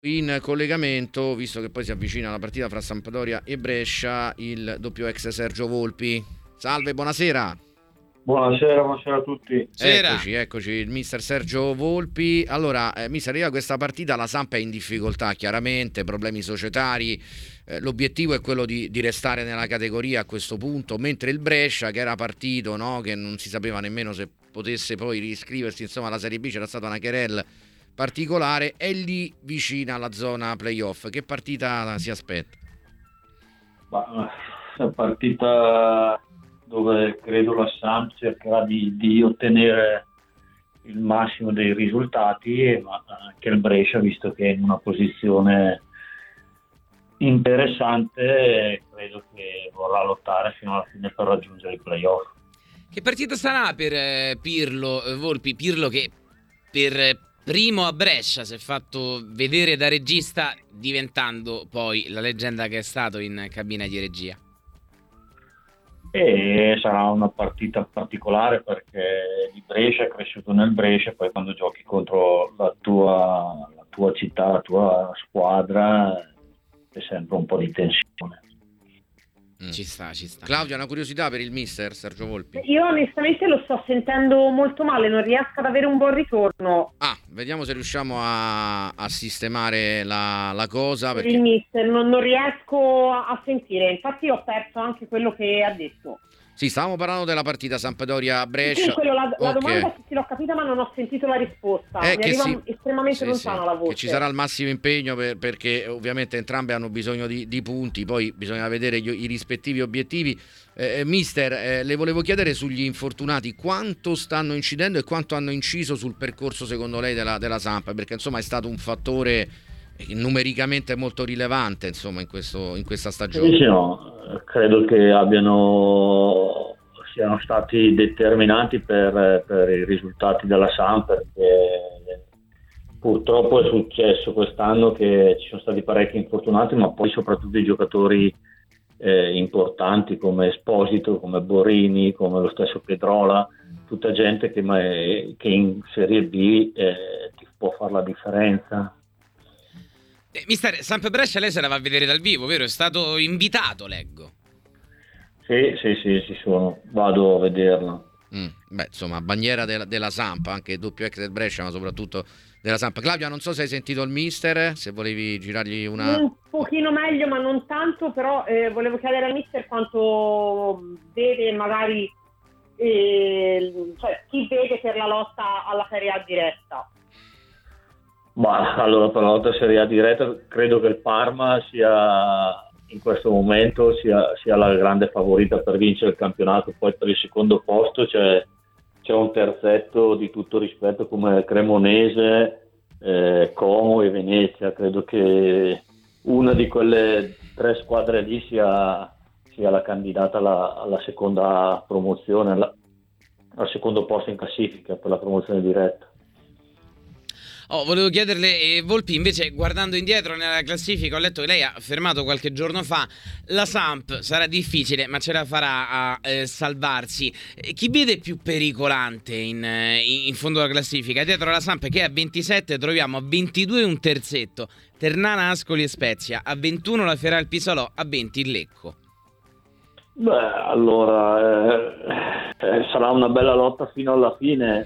in collegamento, visto che poi si avvicina la partita fra Sampdoria e Brescia, il doppio ex Sergio Volpi. Salve, buonasera. Buonasera a tutti. Eccoci, il mister Sergio Volpi. Allora, mister, arriva questa partita, la Samp è in difficoltà chiaramente, problemi societari, l'obiettivo è quello di restare nella categoria a questo punto, mentre il Brescia, che era partito, no, che non si sapeva nemmeno se potesse poi riscriversi, insomma la Serie B, c'era stata una querel particolare, è lì vicina alla zona playoff. Che partita si aspetta? Una partita dove credo la Samp cercherà di ottenere il massimo dei risultati, ma anche il Brescia, visto che è in una posizione interessante, credo che vorrà lottare fino alla fine per raggiungere i playoff. Che partita sarà per Pirlo, Volpi? Pirlo che per primo a Brescia si è fatto vedere da regista, diventando poi la leggenda che è stato in cabina di regia. E sarà una partita particolare perché di Brescia è cresciuto nel Brescia, poi quando giochi contro la tua città, la tua squadra, c'è sempre un po' di tensione. Ci sta. Claudia, una curiosità per il mister Sergio Volpi? Io onestamente lo sto sentendo molto male, non riesco ad avere un buon ritorno. Vediamo se riusciamo a sistemare la cosa. Per perché il mister non riesco a sentire, infatti ho perso anche quello che ha detto. Sì, stavamo parlando della partita Sampdoria-Brescia. Sì, la domanda sì, l'ho capita, ma non ho sentito la risposta. Mi arriva estremamente lontano la voce. Che ci sarà il massimo impegno perché ovviamente entrambe hanno bisogno di punti, poi bisogna vedere i rispettivi obiettivi. Mister, le volevo chiedere sugli infortunati, quanto stanno incidendo e quanto hanno inciso sul percorso secondo lei della Samp, perché insomma è stato un fattore numericamente molto rilevante insomma in questa stagione. Sì, no. Credo che siano stati determinanti per i risultati della Samp, perché purtroppo è successo quest'anno che ci sono stati parecchi infortunati, ma poi soprattutto i giocatori importanti come Esposito, come Borini, come lo stesso Pedrola, tutta gente che in Serie B ti può fare la differenza. Mister, Samp Brescia lei se la va a vedere dal vivo, vero? È stato invitato, leggo. Sì, ci sono, vado a vederla. Insomma, bandiera della Samp, anche doppio ex del Brescia, ma soprattutto della Samp. Claudia, non so se hai sentito il mister, se volevi girargli un pochino meglio, ma non tanto, però volevo chiedere al mister quanto vede magari chi vede per la lotta alla Serie A diretta. Allora, per la lotta Serie A diretta credo che il Parma sia in questo momento sia la grande favorita per vincere il campionato. Poi per il secondo posto c'è un terzetto di tutto rispetto come Cremonese, Como e Venezia. Credo che una di quelle tre squadre lì sia la candidata alla seconda promozione, al secondo posto in classifica per la promozione diretta. Volevo chiederle, Volpi, invece guardando indietro nella classifica, ho letto che lei ha affermato qualche giorno fa la Samp sarà difficile ma ce la farà a salvarsi. Chi vede più pericolante in fondo alla classifica? Dietro la Samp che è a 27 troviamo a 22 un terzetto, Ternana, Ascoli e Spezia, a 21 la Ferrari Pisalò, a 20 il Lecco. Allora sarà una bella lotta fino alla fine.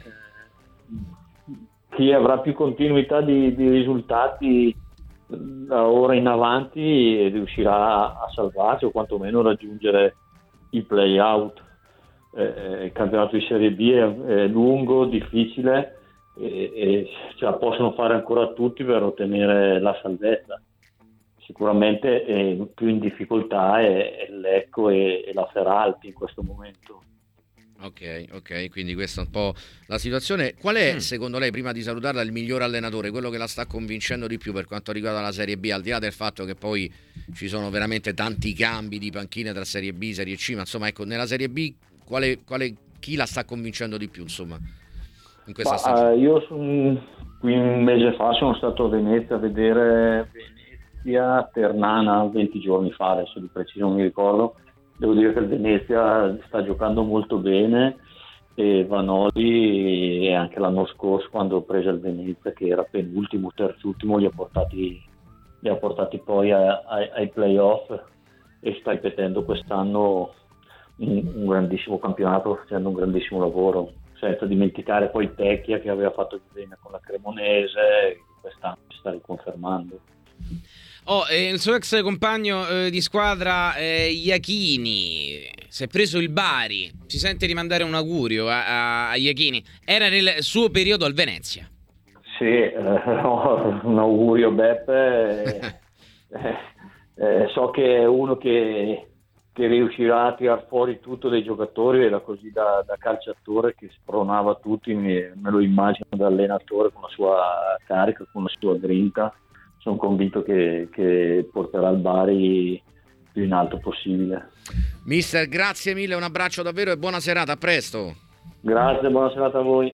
Chi avrà più continuità di risultati da ora in avanti riuscirà a salvarsi o quantomeno raggiungere i play-out. Il campionato di Serie B è lungo, difficile e ce la possono fare ancora tutti per ottenere la salvezza. Sicuramente più in difficoltà è Lecco e la Feralpi in questo momento. Ok, quindi questa è un po' la situazione. Qual è, secondo lei, prima di salutarla, il miglior allenatore, quello che la sta convincendo di più per quanto riguarda la Serie B, al di là del fatto che poi ci sono veramente tanti cambi di panchine tra Serie B e Serie C, ma insomma, ecco, nella Serie B chi la sta convincendo di più, insomma, in questa stagione? Io qui un mese fa sono stato a Venezia a vedere Venezia Ternana 20 giorni fa, adesso di preciso non mi ricordo. Devo dire che il Venezia sta giocando molto bene e Vanoli, e anche l'anno scorso quando ho preso il Venezia, che era penultimo, terzultimo, li ha portati poi ai playoff, e sta ripetendo quest'anno un grandissimo campionato, facendo un grandissimo lavoro, senza dimenticare poi Tecchia, che aveva fatto bene con la Cremonese, quest'anno si sta riconfermando. Il suo ex compagno di squadra Iachini si è preso il Bari. Si sente rimandare un augurio a Iachini. Era nel suo periodo al Venezia. Sì, un augurio Beppe. So che è uno che riuscirà a tirar fuori tutto dai giocatori, era così da calciatore che spronava tutti, me lo immagino da allenatore con la sua carica, con la sua grinta. Sono convinto che porterà il Bari più in alto possibile. Mister, grazie mille, un abbraccio davvero e buona serata, a presto. Grazie, buona serata a voi.